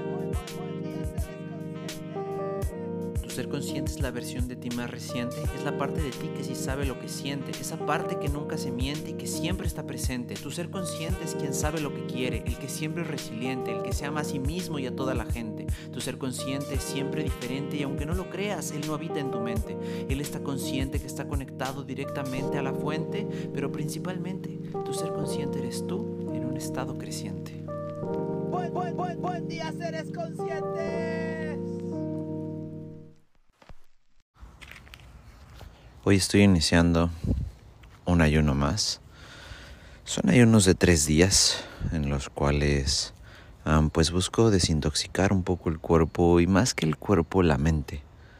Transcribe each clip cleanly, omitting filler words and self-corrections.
Tu ser consciente es la versión de ti más reciente, es la parte de ti que sí sabe lo que siente, esa parte que nunca se miente y que siempre está presente. Tu ser consciente es quien sabe lo que quiere, el que siempre es resiliente, el que se ama a sí mismo y a toda la gente. Tu ser consciente es siempre diferente y aunque no lo creas, él no habita en tu mente. Él está consciente que está conectado directamente a la fuente, pero principalmente tu ser consciente eres tú en un estado creciente. Buen día, seres conscientes. Hoy estoy iniciando un ayuno más. Son ayunos de 3 días en los cuales pues busco desintoxicar un poco el cuerpo y más que el cuerpo, la mente.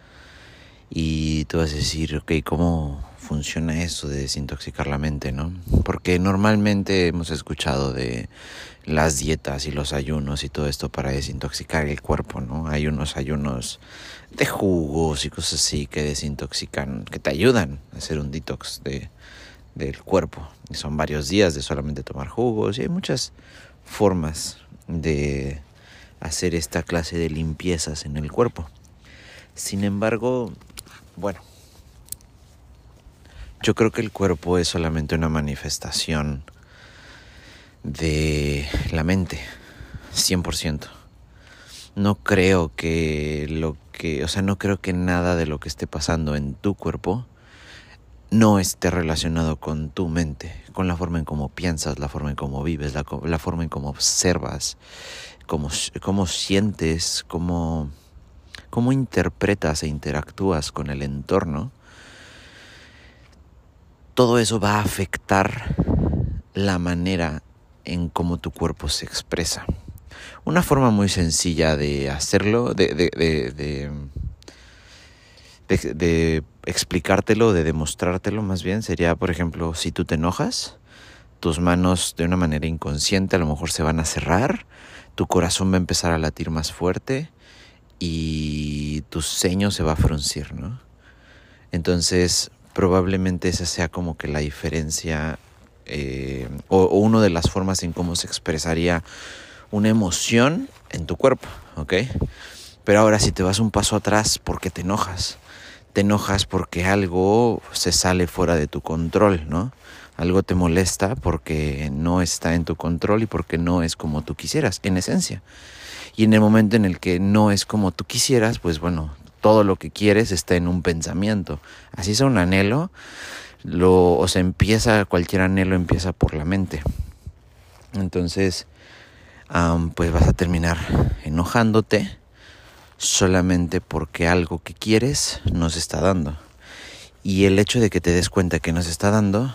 Y tú vas a decir, ok, ¿cómo funciona eso de desintoxicar la mente, no? Porque normalmente hemos escuchado de las dietas y los ayunos y todo esto para desintoxicar el cuerpo, ¿no? Hay unos ayunos de jugos y cosas así que desintoxican, que te ayudan a hacer un detox del cuerpo. Y son varios días de solamente tomar jugos y hay muchas formas de hacer esta clase de limpiezas en el cuerpo. Sin embargo, bueno, yo creo que el cuerpo es solamente una manifestación de la mente, 100%. No creo que no creo que nada de lo que esté pasando en tu cuerpo no esté relacionado con tu mente, con la forma en cómo piensas, la forma en cómo vives, la forma en cómo observas, cómo sientes, cómo interpretas e interactúas con el entorno. Todo eso va a afectar la manera en cómo tu cuerpo se expresa. Una forma muy sencilla de hacerlo, de explicártelo, de demostrártelo más bien, sería, por ejemplo, si tú te enojas, tus manos de una manera inconsciente a lo mejor se van a cerrar, tu corazón va a empezar a latir más fuerte y tu ceño se va a fruncir, ¿no? Entonces, probablemente esa sea como que la diferencia o una de las formas en cómo se expresaría una emoción en tu cuerpo, ¿ok? Pero ahora si te vas un paso atrás, ¿por qué te enojas? Te enojas porque algo se sale fuera de tu control, ¿no? Algo te molesta porque no está en tu control y porque no es como tú quisieras, en esencia. Y en el momento en el que no es como tú quisieras, pues bueno, todo lo que quieres está en un pensamiento. Así es un anhelo, cualquier anhelo empieza por la mente. Entonces, pues vas a terminar enojándote solamente porque algo que quieres no se está dando. Y el hecho de que te des cuenta que no se está dando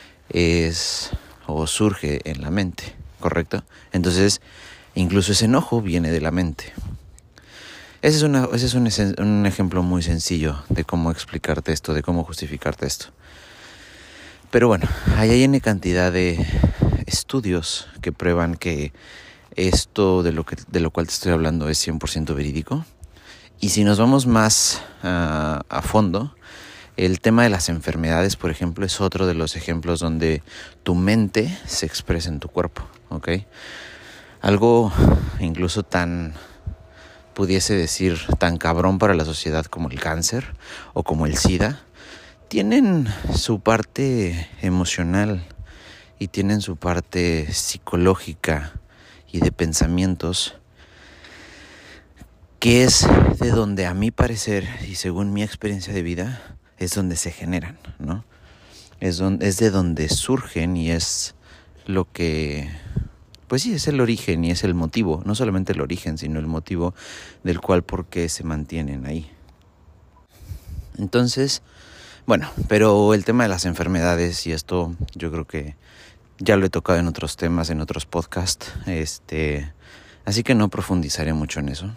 surge en la mente, ¿correcto? Entonces, incluso ese enojo viene de la mente. Ese es un ejemplo muy sencillo de cómo explicarte esto, de cómo justificarte esto. Pero bueno, hay N cantidad de estudios que prueban que esto de lo cual te estoy hablando es 100% verídico. Y si nos vamos más a fondo, el tema de las enfermedades, por ejemplo, es otro de los ejemplos donde tu mente se expresa en tu cuerpo, ¿ok? Algo incluso pudiese decir, tan cabrón para la sociedad como el cáncer o como el SIDA, tienen su parte emocional y tienen su parte psicológica y de pensamientos, que es de donde, a mi parecer y según mi experiencia de vida, es donde se generan, ¿no? Es de donde surgen y es lo que, pues sí, es el origen y es el motivo, no solamente el origen, sino el motivo del cual por qué se mantienen ahí. Entonces, bueno, pero el tema de las enfermedades y esto yo creo que ya lo he tocado en otros temas, en otros podcasts, así que no profundizaré mucho en eso.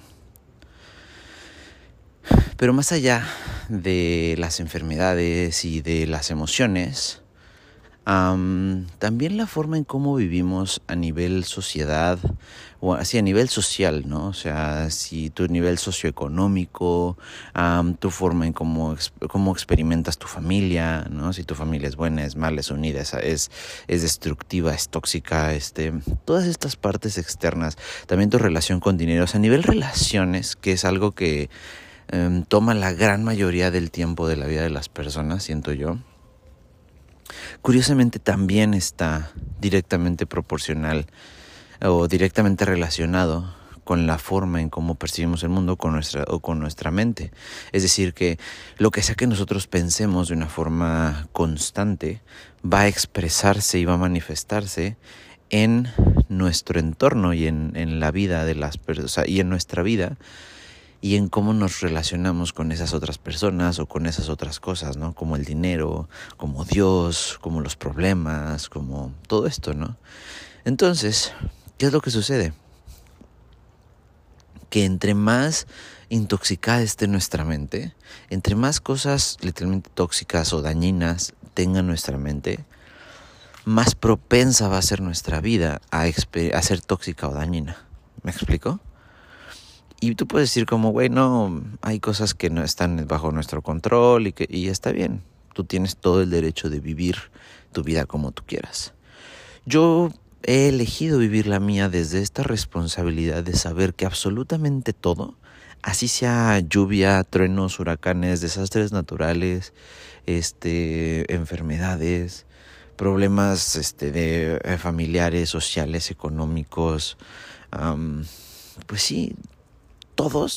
Pero más allá de las enfermedades y de las emociones, También la forma en cómo vivimos a nivel sociedad, o así a nivel social, ¿no? O sea, si tu nivel socioeconómico, tu forma en cómo experimentas tu familia, ¿no? Si tu familia es buena, es mala, es unida, es destructiva, es tóxica, todas estas partes externas. También tu relación con dinero, o sea, a nivel relaciones, que es algo que toma la gran mayoría del tiempo de la vida de las personas, siento yo. Curiosamente también está directamente proporcional o directamente relacionado con la forma en cómo percibimos el mundo con nuestra mente. Es decir, que lo que sea que nosotros pensemos de una forma constante va a expresarse y va a manifestarse en nuestro entorno y en la vida de las personas, y en nuestra vida, y en cómo nos relacionamos con esas otras personas o con esas otras cosas, ¿no? Como el dinero, como Dios, como los problemas, como todo esto, ¿no? Entonces, ¿qué es lo que sucede? Que entre más intoxicada esté nuestra mente, entre más cosas literalmente tóxicas o dañinas tenga nuestra mente, más propensa va a ser nuestra vida a ser tóxica o dañina. ¿Me explico? Y tú puedes decir como, güey, no, hay cosas que no están bajo nuestro control y está bien. Tú tienes todo el derecho de vivir tu vida como tú quieras. Yo he elegido vivir la mía desde esta responsabilidad de saber que absolutamente todo, así sea lluvia, truenos, huracanes, desastres naturales, enfermedades, problemas de familiares, sociales, económicos, pues sí, todo,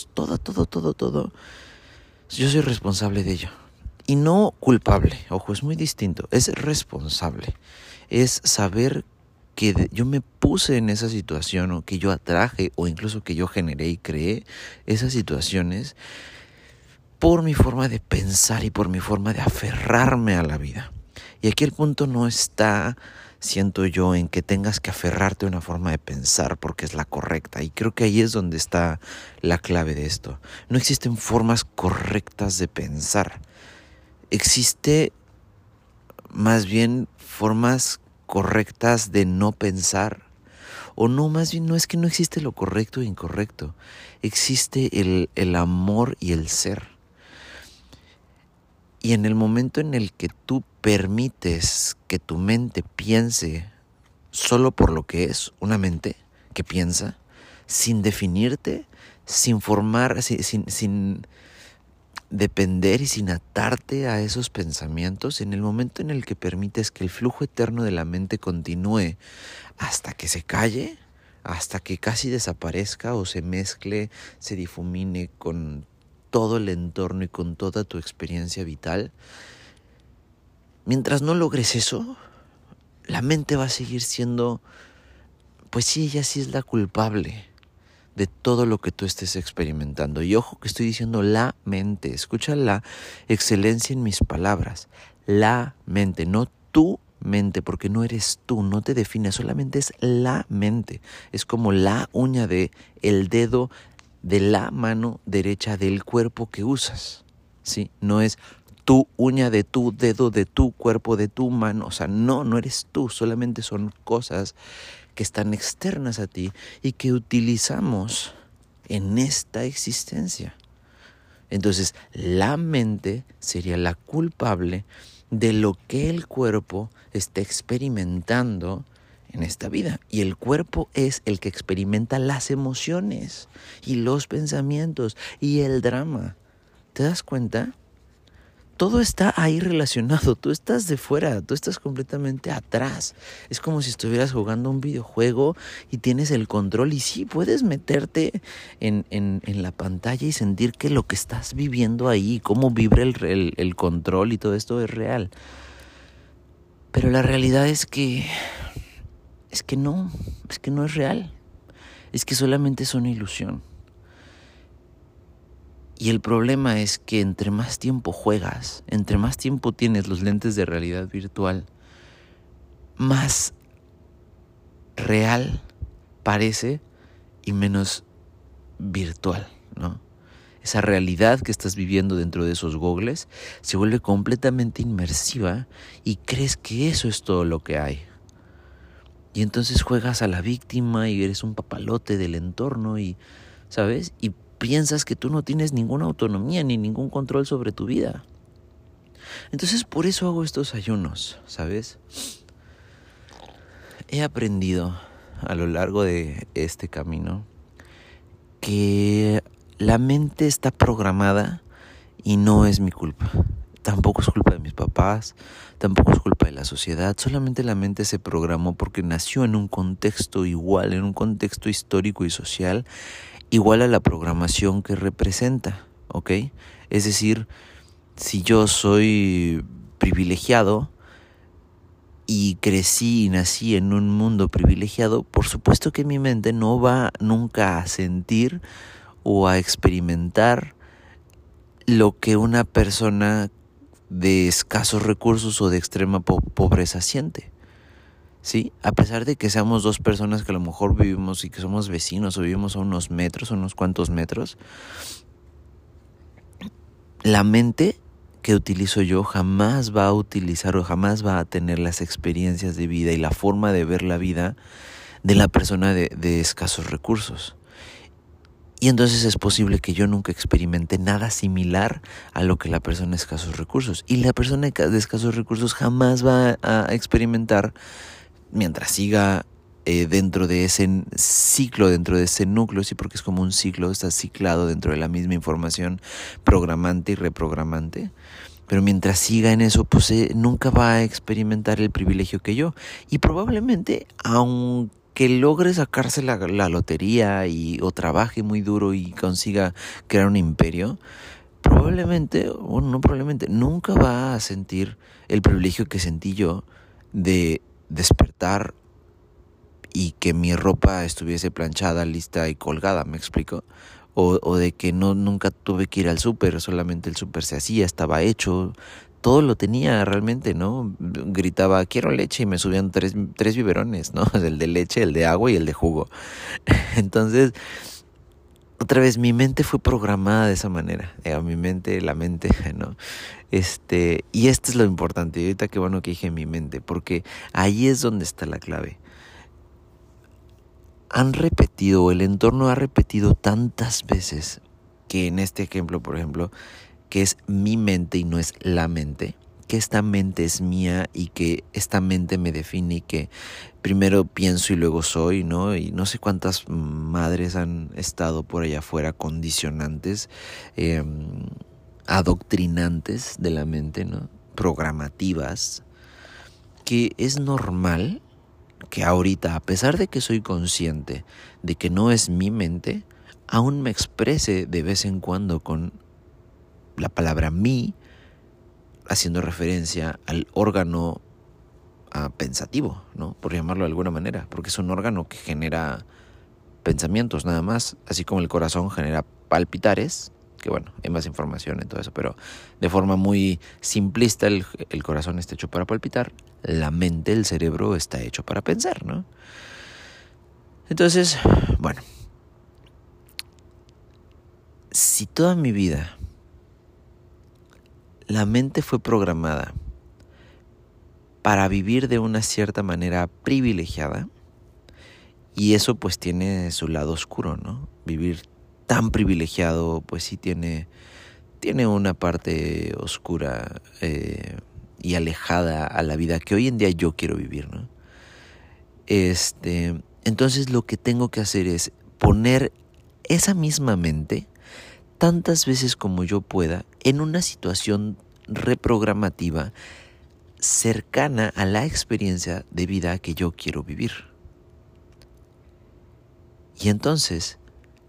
yo soy responsable de ello. Y no culpable, ojo, es muy distinto, es responsable. Es saber que yo me puse en esa situación o que yo atraje o incluso que yo generé y creé esas situaciones por mi forma de pensar y por mi forma de aferrarme a la vida. Y aquí el punto no está, siento yo, en que tengas que aferrarte a una forma de pensar porque es la correcta. Y creo que ahí es donde está la clave de esto. No existen formas correctas de pensar. Existe más bien formas correctas de no pensar. O no, más bien no es que no existe lo correcto e incorrecto. Existe el amor y el ser. Y en el momento en el que tú permites que tu mente piense solo por lo que es una mente que piensa, sin definirte, sin formar, sin depender y sin atarte a esos pensamientos, en el momento en el que permites que el flujo eterno de la mente continúe hasta que se calle, hasta que casi desaparezca o se mezcle, se difumine con todo el entorno y con toda tu experiencia vital, mientras no logres eso, la mente va a seguir siendo, pues sí, ella sí es la culpable de todo lo que tú estés experimentando. Y ojo que estoy diciendo la mente, escucha la excelencia en mis palabras, la mente, no tu mente, porque no eres tú, no te defines, solamente es la mente, es como la uña de el dedo de la mano derecha del cuerpo que usas, ¿sí? No es tu uña de tu dedo, de tu cuerpo, de tu mano, o sea, no eres tú, solamente son cosas que están externas a ti y que utilizamos en esta existencia. Entonces, la mente sería la culpable de lo que el cuerpo está experimentando en esta vida. Y el cuerpo es el que experimenta las emociones y los pensamientos y el drama. ¿Te das cuenta? Todo está ahí relacionado, tú estás de fuera, tú estás completamente atrás. Es como si estuvieras jugando un videojuego y tienes el control y sí, puedes meterte en la pantalla y sentir que lo que estás viviendo ahí, cómo vibra el control y todo esto es real. Pero la realidad es que no es real, es que solamente es una ilusión. Y el problema es que entre más tiempo juegas, entre más tiempo tienes los lentes de realidad virtual, más real parece y menos virtual, ¿no? esa realidad que estás viviendo dentro de esos gogles, se vuelve completamente inmersiva y crees que eso es todo lo que hay. Y entonces juegas a la víctima y eres un papalote del entorno y, ¿sabes? Y piensas que tú no tienes ninguna autonomía ni ningún control sobre tu vida. Entonces por eso hago estos ayunos, ¿sabes? He aprendido a lo largo de este camino que la mente está programada y no es mi culpa. Tampoco es culpa de mis papás, tampoco es culpa de la sociedad. Solamente la mente se programó porque nació en un contexto igual, en un contexto histórico y social, igual a la programación que representa, ¿ok? Es decir, si yo soy privilegiado y crecí y nací en un mundo privilegiado, por supuesto que mi mente no va nunca a sentir o a experimentar lo que una persona de escasos recursos o de extrema pobreza siente, ¿sí? A pesar de que seamos dos personas que a lo mejor vivimos y que somos vecinos o vivimos a unos metros, a unos cuantos metros, la mente que utilizo yo jamás va a utilizar o jamás va a tener las experiencias de vida y la forma de ver la vida de la persona de escasos recursos. Y entonces es posible que yo nunca experimente nada similar a lo que la persona de escasos recursos. Y la persona de escasos recursos jamás va a experimentar, mientras siga dentro de ese ciclo, dentro de ese núcleo, sí, porque es como un ciclo, está ciclado dentro de la misma información programante y reprogramante. Pero mientras siga en eso, pues nunca va a experimentar el privilegio que yo. Y probablemente, aunque logre sacarse la lotería o trabaje muy duro y consiga crear un imperio, probablemente, o no probablemente, nunca va a sentir el privilegio que sentí yo de despertar y que mi ropa estuviese planchada, lista y colgada, ¿me explico? O de que nunca tuve que ir al súper, solamente el súper se hacía, estaba hecho, todo lo tenía realmente, ¿no? Gritaba, quiero leche, y me subían tres biberones, ¿no? El de leche, el de agua y el de jugo. Entonces, otra vez, mi mente fue programada de esa manera. Mi mente, la mente, ¿no? Y esto es lo importante. Y ahorita qué bueno que dije mi mente, porque ahí es donde está la clave. El entorno ha repetido tantas veces que en este ejemplo, por ejemplo, que es mi mente y no es la mente, que esta mente es mía y que esta mente me define y que primero pienso y luego soy, ¿no? Y no sé cuántas madres han estado por allá afuera condicionantes, adoctrinantes de la mente, ¿no? Programativas, que es normal que ahorita, a pesar de que soy consciente de que no es mi mente, aún me exprese de vez en cuando con la palabra mí, haciendo referencia al órgano pensativo, ¿no? Por llamarlo de alguna manera, porque es un órgano que genera pensamientos nada más, así como el corazón genera palpitares, que bueno, hay más información en todo eso, pero de forma muy simplista el corazón está hecho para palpitar, la mente, el cerebro está hecho para pensar, ¿no? Entonces, bueno, si toda mi vida la mente fue programada para vivir de una cierta manera privilegiada, y eso pues tiene su lado oscuro, ¿no? Vivir tan privilegiado pues sí tiene una parte oscura y alejada a la vida que hoy en día yo quiero vivir, ¿no? Entonces lo que tengo que hacer es poner esa misma mente tantas veces como yo pueda en una situación reprogramativa cercana a la experiencia de vida que yo quiero vivir. Y entonces,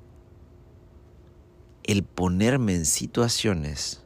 el ponerme en situaciones,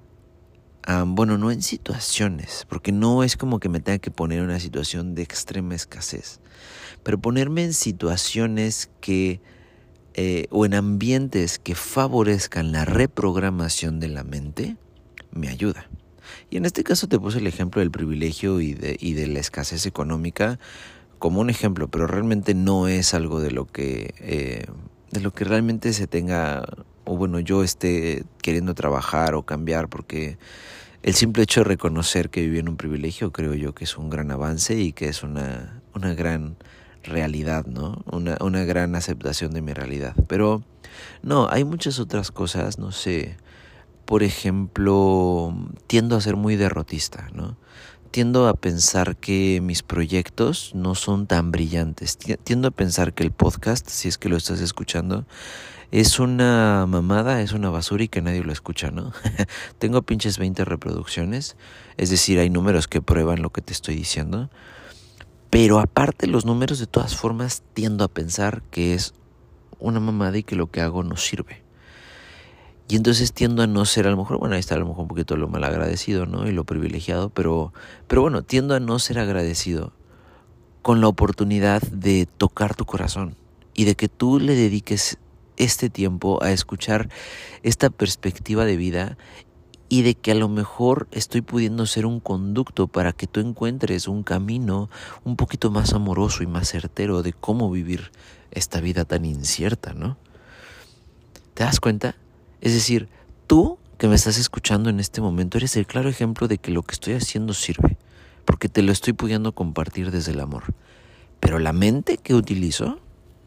no en situaciones, porque no es como que me tenga que poner en una situación de extrema escasez, pero ponerme en situaciones que o en ambientes que favorezcan la reprogramación de la mente, me ayuda. Y en este caso te puse el ejemplo del privilegio y de la escasez económica como un ejemplo, pero realmente no es algo de lo que realmente se tenga o bueno, yo esté queriendo trabajar o cambiar, porque el simple hecho de reconocer que viví en un privilegio, creo yo que es un gran avance y que es una gran realidad, ¿no? Una gran aceptación de mi realidad. Pero no, hay muchas otras cosas, no sé. Por ejemplo, tiendo a ser muy derrotista, ¿no? Tiendo a pensar que mis proyectos no son tan brillantes. Tiendo a pensar que el podcast, si es que lo estás escuchando, es una mamada, es una basura y que nadie lo escucha, ¿no? Tengo pinches 20 reproducciones, es decir, hay números que prueban lo que te estoy diciendo. Pero aparte los números, de todas formas, tiendo a pensar que es una mamada y que lo que hago no sirve. Y entonces tiendo a no ser, a lo mejor, bueno, ahí está a lo mejor un poquito lo malagradecido, ¿no? Y lo privilegiado, pero bueno, tiendo a no ser agradecido con la oportunidad de tocar tu corazón y de que tú le dediques este tiempo a escuchar esta perspectiva de vida y de que a lo mejor estoy pudiendo ser un conducto para que tú encuentres un camino un poquito más amoroso y más certero de cómo vivir esta vida tan incierta, ¿no? ¿Te das cuenta? Es decir, tú que me estás escuchando en este momento eres el claro ejemplo de que lo que estoy haciendo sirve, porque te lo estoy pudiendo compartir desde el amor. Pero la mente que utilizo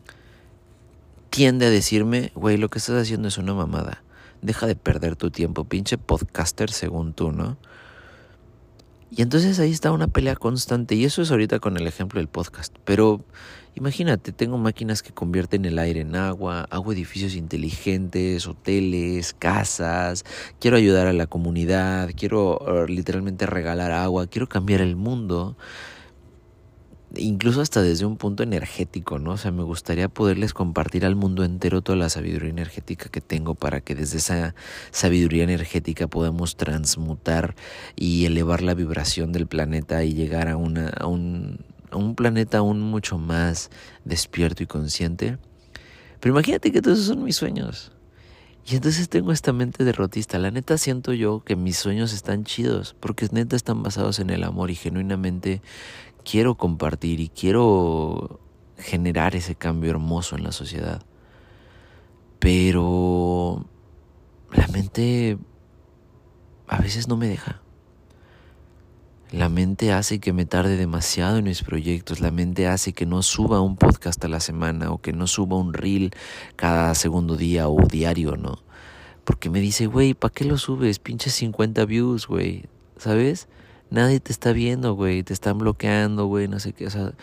tiende a decirme, güey, lo que estás haciendo es una mamada. Deja de perder tu tiempo, pinche podcaster según tú, ¿no? Y entonces ahí está una pelea constante. Y eso es ahorita con el ejemplo del podcast. Pero imagínate, tengo máquinas que convierten el aire en agua, hago edificios inteligentes, hoteles, casas, quiero ayudar a la comunidad, quiero literalmente regalar agua, quiero cambiar el mundo. Incluso hasta desde un punto energético, ¿no? O sea, me gustaría poderles compartir al mundo entero toda la sabiduría energética que tengo para que desde esa sabiduría energética podamos transmutar y elevar la vibración del planeta y llegar a un planeta aún mucho más despierto y consciente. Pero imagínate que todos esos son mis sueños. Y entonces tengo esta mente derrotista. La neta siento yo que mis sueños están chidos, porque neta están basados en el amor y genuinamente quiero compartir y quiero generar ese cambio hermoso en la sociedad. Pero la mente a veces no me deja. La mente hace que me tarde demasiado en mis proyectos. La mente hace que no suba un podcast a la semana o que no suba un reel cada segundo día o diario, ¿no? Porque me dice, güey, ¿para qué lo subes? Pinches 50 views, güey, ¿sabes? Nadie te está viendo, güey, te están bloqueando, güey, no sé qué, o sea.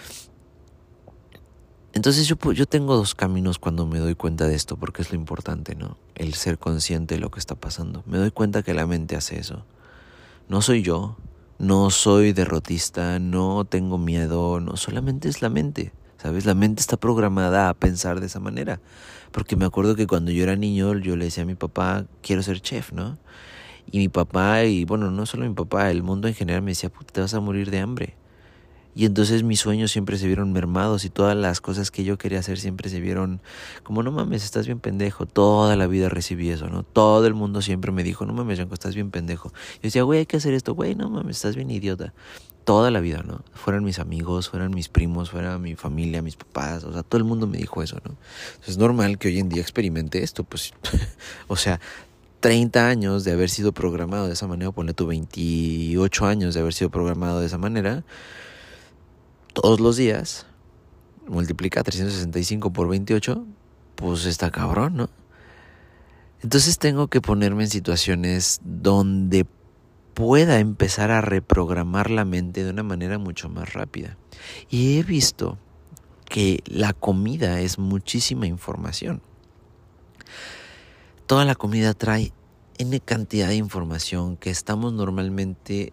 Entonces yo tengo dos caminos cuando me doy cuenta de esto, porque es lo importante, ¿no? El ser consciente de lo que está pasando. Me doy cuenta que la mente hace eso. No soy yo, no soy derrotista, no tengo miedo, no, solamente es la mente, ¿sabes? La mente está programada a pensar de esa manera. Porque me acuerdo que cuando yo era niño, yo le decía a mi papá, quiero ser chef, ¿no? Y mi papá, y bueno, no solo mi papá, el mundo en general me decía, puta, te vas a morir de hambre. Y entonces mis sueños siempre se vieron mermados y todas las cosas que yo quería hacer siempre se vieron como, no mames, estás bien pendejo. Toda la vida recibí eso, ¿no? Todo el mundo siempre me dijo, no mames, Yanko, estás bien pendejo. Yo decía, güey, hay que hacer esto. Güey, no mames, estás bien idiota. Toda la vida, ¿no? Fueran mis amigos, fueran mis primos, fuera mi familia, mis papás. O sea, todo el mundo me dijo eso, ¿no? Entonces es normal que hoy en día experimente esto, pues. O sea, 30 años de haber sido programado de esa manera, ponle tú 28 años de haber sido programado de esa manera, todos los días, multiplica 365 por 28, pues está cabrón, ¿no? Entonces tengo que ponerme en situaciones donde pueda empezar a reprogramar la mente de una manera mucho más rápida. Y he visto que la comida es muchísima información. Toda la comida trae N cantidad de información que estamos normalmente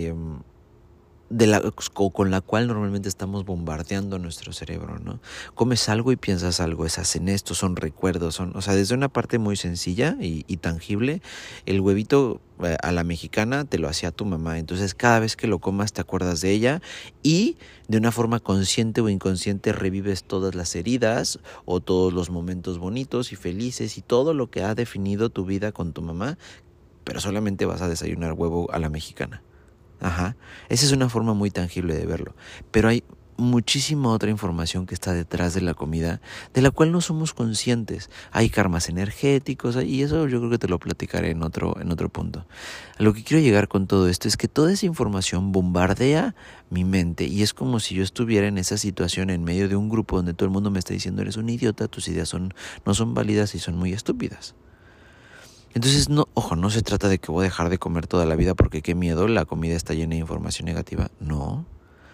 con la cual normalmente estamos bombardeando nuestro cerebro, ¿no? Comes algo y piensas algo, hacen esto, son recuerdos, o sea, desde una parte muy sencilla y tangible, el huevito a la mexicana te lo hacía tu mamá, entonces cada vez que lo comas te acuerdas de ella y de una forma consciente o inconsciente revives todas las heridas o todos los momentos bonitos y felices y todo lo que ha definido tu vida con tu mamá, pero solamente vas a desayunar huevo a la mexicana. Ajá, esa es una forma muy tangible de verlo, pero hay muchísima otra información que está detrás de la comida, de la cual no somos conscientes. Hay karmas energéticos, y eso yo creo que te lo platicaré en otro punto. A lo que quiero llegar con todo esto es que toda esa información bombardea mi mente, y es como si yo estuviera en esa situación en medio de un grupo donde todo el mundo me está diciendo: eres un idiota, tus ideas no son válidas y son muy estúpidas. Entonces, no se trata de que voy a dejar de comer toda la vida porque qué miedo, la comida está llena de información negativa. No.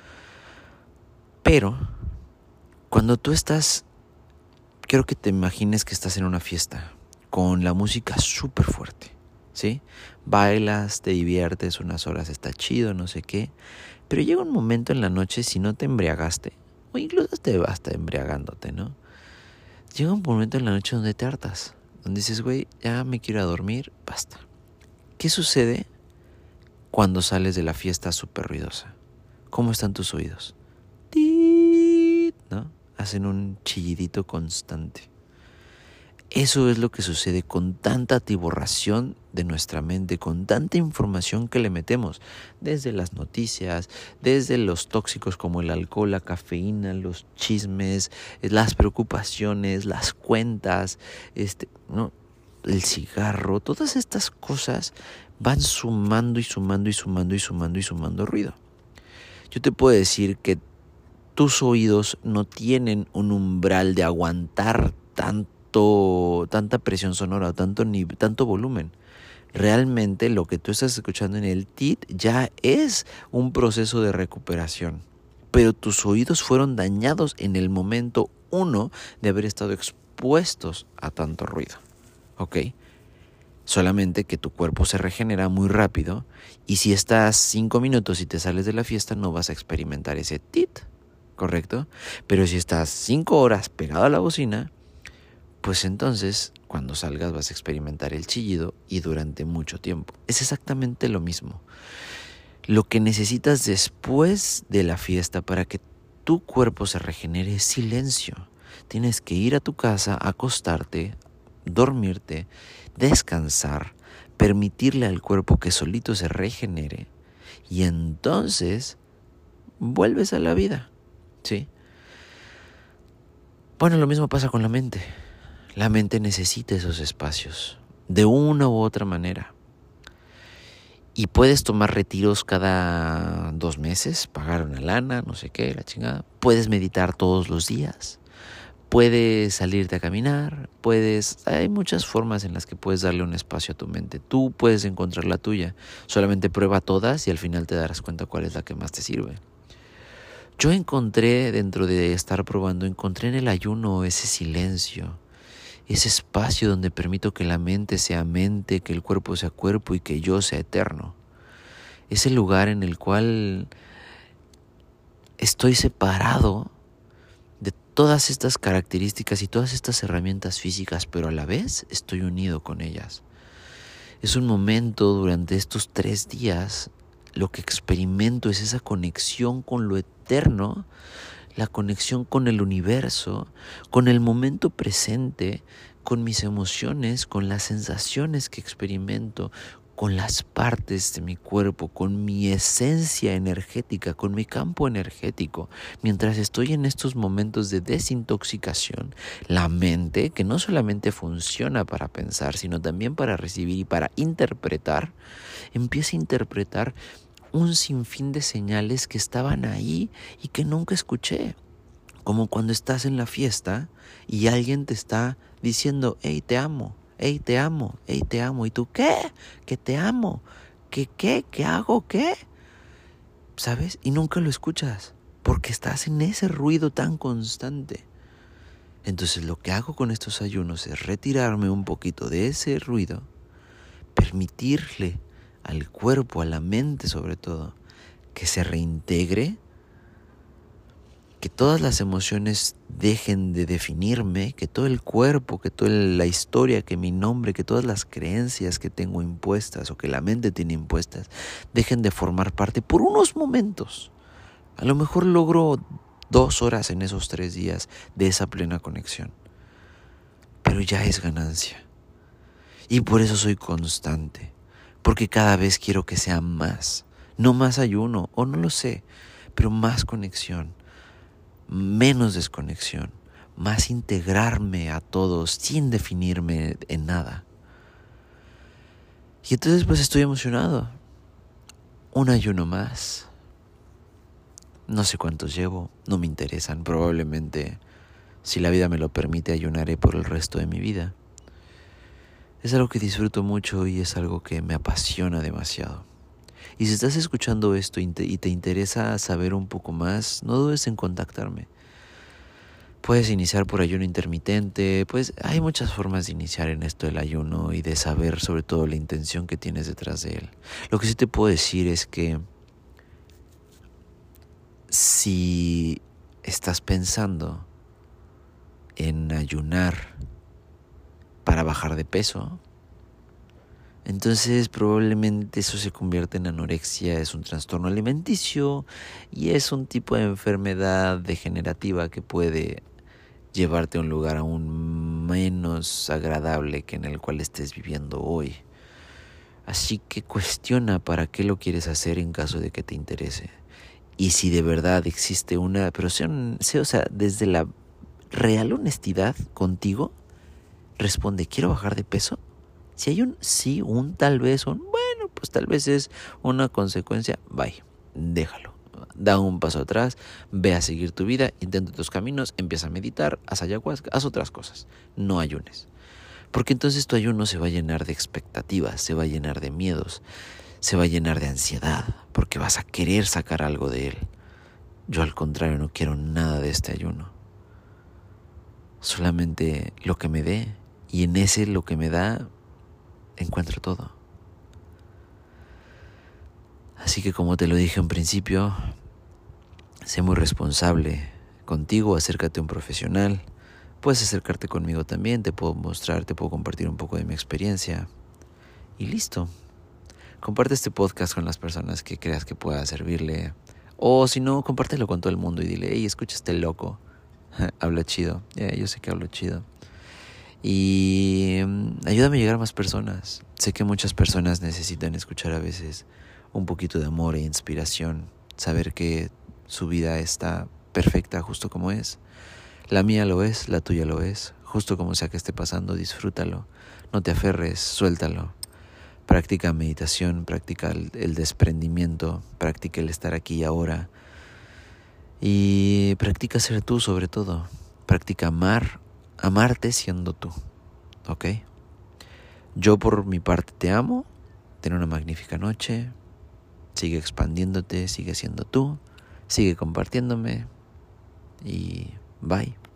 Pero cuando tú estás, quiero que te imagines que estás en una fiesta con la música súper fuerte, ¿sí? Bailas, te diviertes unas horas, está chido, no sé qué. Pero llega un momento en la noche, si no te embriagaste, o incluso te vas embriagándote, ¿no? Llega un momento en la noche donde te hartas, donde dices: güey, ya me quiero ir a dormir, basta. ¿Qué sucede cuando sales de la fiesta súper ruidosa? ¿Cómo están tus oídos? ¿No? Hacen un chillidito constante. Eso es lo que sucede con tanta atiborración de nuestra mente, con tanta información que le metemos, desde las noticias, desde los tóxicos como el alcohol, la cafeína, los chismes, las preocupaciones, las cuentas, ¿no? El cigarro. Todas estas cosas van sumando y sumando y sumando y sumando y sumando ruido. Yo te puedo decir que tus oídos no tienen un umbral de aguantar tanta presión sonora o tanto volumen. Realmente lo que tú estás escuchando en el TIT ya es un proceso de recuperación. Pero tus oídos fueron dañados en el momento 1 de haber estado expuestos a tanto ruido. ¿Ok? Solamente que tu cuerpo se regenera muy rápido, y si estás 5 minutos y te sales de la fiesta no vas a experimentar ese TIT. ¿Correcto? Pero si estás 5 horas pegado a la bocina, pues entonces cuando salgas vas a experimentar el chillido, y durante mucho tiempo. Es exactamente lo mismo. Lo que necesitas después de la fiesta para que tu cuerpo se regenere es silencio. Tienes que ir a tu casa, acostarte, dormirte, descansar, permitirle al cuerpo que solito se regenere, y entonces vuelves a la vida. ¿Sí? Bueno, lo mismo pasa con la mente. La mente necesita esos espacios, de una u otra manera. Y puedes tomar retiros cada 2 meses, pagar una lana, no sé qué, la chingada. Puedes meditar todos los días. Puedes salirte a caminar. Hay muchas formas en las que puedes darle un espacio a tu mente. Tú puedes encontrar la tuya. Solamente prueba todas y al final te darás cuenta cuál es la que más te sirve. Yo encontré, dentro de estar probando, encontré en el ayuno ese silencio, ese espacio donde permito que la mente sea mente, que el cuerpo sea cuerpo y que yo sea eterno. Ese lugar en el cual estoy separado de todas estas características y todas estas herramientas físicas, pero a la vez estoy unido con ellas. Es un momento durante estos 3 días. Lo que experimento es esa conexión con lo eterno, la conexión con el universo, con el momento presente, con mis emociones, con las sensaciones que experimento, con las partes de mi cuerpo, con mi esencia energética, con mi campo energético. Mientras estoy en estos momentos de desintoxicación, la mente, que no solamente funciona para pensar, sino también para recibir y para interpretar, empieza a interpretar un sinfín de señales que estaban ahí y que nunca escuché. Como cuando estás en la fiesta y alguien te está diciendo: hey, te amo, hey, te amo, hey, te amo. ¿Y tú qué? ¿Que te amo? ¿Qué? ¿Qué hago? ¿Qué? ¿Sabes? Y nunca lo escuchas porque estás en ese ruido tan constante. Entonces lo que hago con estos ayunos es retirarme un poquito de ese ruido, permitirle al cuerpo, a la mente sobre todo, que se reintegre, que todas las emociones dejen de definirme, que todo el cuerpo, que toda la historia, que mi nombre, que todas las creencias que tengo impuestas o que la mente tiene impuestas, dejen de formar parte por unos momentos. A lo mejor logro 2 horas en esos 3 días de esa plena conexión, pero ya es ganancia. Y por eso soy constante, porque cada vez quiero que sea más, no más ayuno, o no lo sé, pero más conexión, menos desconexión, más integrarme a todos sin definirme en nada. Y entonces pues estoy emocionado. Un ayuno más. No sé cuántos llevo, no me interesan. Probablemente, si la vida me lo permite, ayunaré por el resto de mi vida. Es algo que disfruto mucho y es algo que me apasiona demasiado. Y si estás escuchando esto y te interesa saber un poco más, no dudes en contactarme. Puedes iniciar por ayuno intermitente, pues hay muchas formas de iniciar en esto del ayuno y de saber sobre todo la intención que tienes detrás de él. Lo que sí te puedo decir es que si estás pensando en ayunar para bajar de peso, entonces probablemente eso se convierte en anorexia, es un trastorno alimenticio y es un tipo de enfermedad degenerativa que puede llevarte a un lugar aún menos agradable que en el cual estés viviendo hoy. Así que cuestiona para qué lo quieres hacer en caso de que te interese. Y si de verdad existe pero desde la real honestidad contigo, responde, ¿quiero bajar de peso? Si hay un sí, un tal vez, bueno, pues tal vez es una consecuencia, bye, déjalo. Da un paso atrás, ve a seguir tu vida, intenta tus caminos, empieza a meditar, haz ayahuasca, haz otras cosas, no ayunes. Porque entonces tu ayuno se va a llenar de expectativas, se va a llenar de miedos, se va a llenar de ansiedad, porque vas a querer sacar algo de él. Yo al contrario no quiero nada de este ayuno. Solamente lo que me dé, y en ese lo que me da, encuentro todo. Así que como te lo dije en principio, sé muy responsable contigo, acércate a un profesional. Puedes acercarte conmigo también, te puedo mostrar, te puedo compartir un poco de mi experiencia. Y listo. Comparte este podcast con las personas que creas que pueda servirle. O si no, compártelo con todo el mundo y dile, hey, escucha este loco. Habla chido. Yo sé que hablo chido. Y ayúdame a llegar a más personas. Sé que muchas personas necesitan escuchar a veces un poquito de amor e inspiración. Saber que su vida está perfecta justo como es. La mía lo es, la tuya lo es. Justo como sea que esté pasando, disfrútalo. No te aferres, suéltalo. Practica meditación, practica el desprendimiento, practica el estar aquí y ahora. Y practica ser tú sobre todo. Practica amarte siendo tú. ¿Ok? Yo por mi parte te amo. Ten una magnífica noche. Sigue expandiéndote, sigue siendo tú. Sigue compartiéndome. Y bye.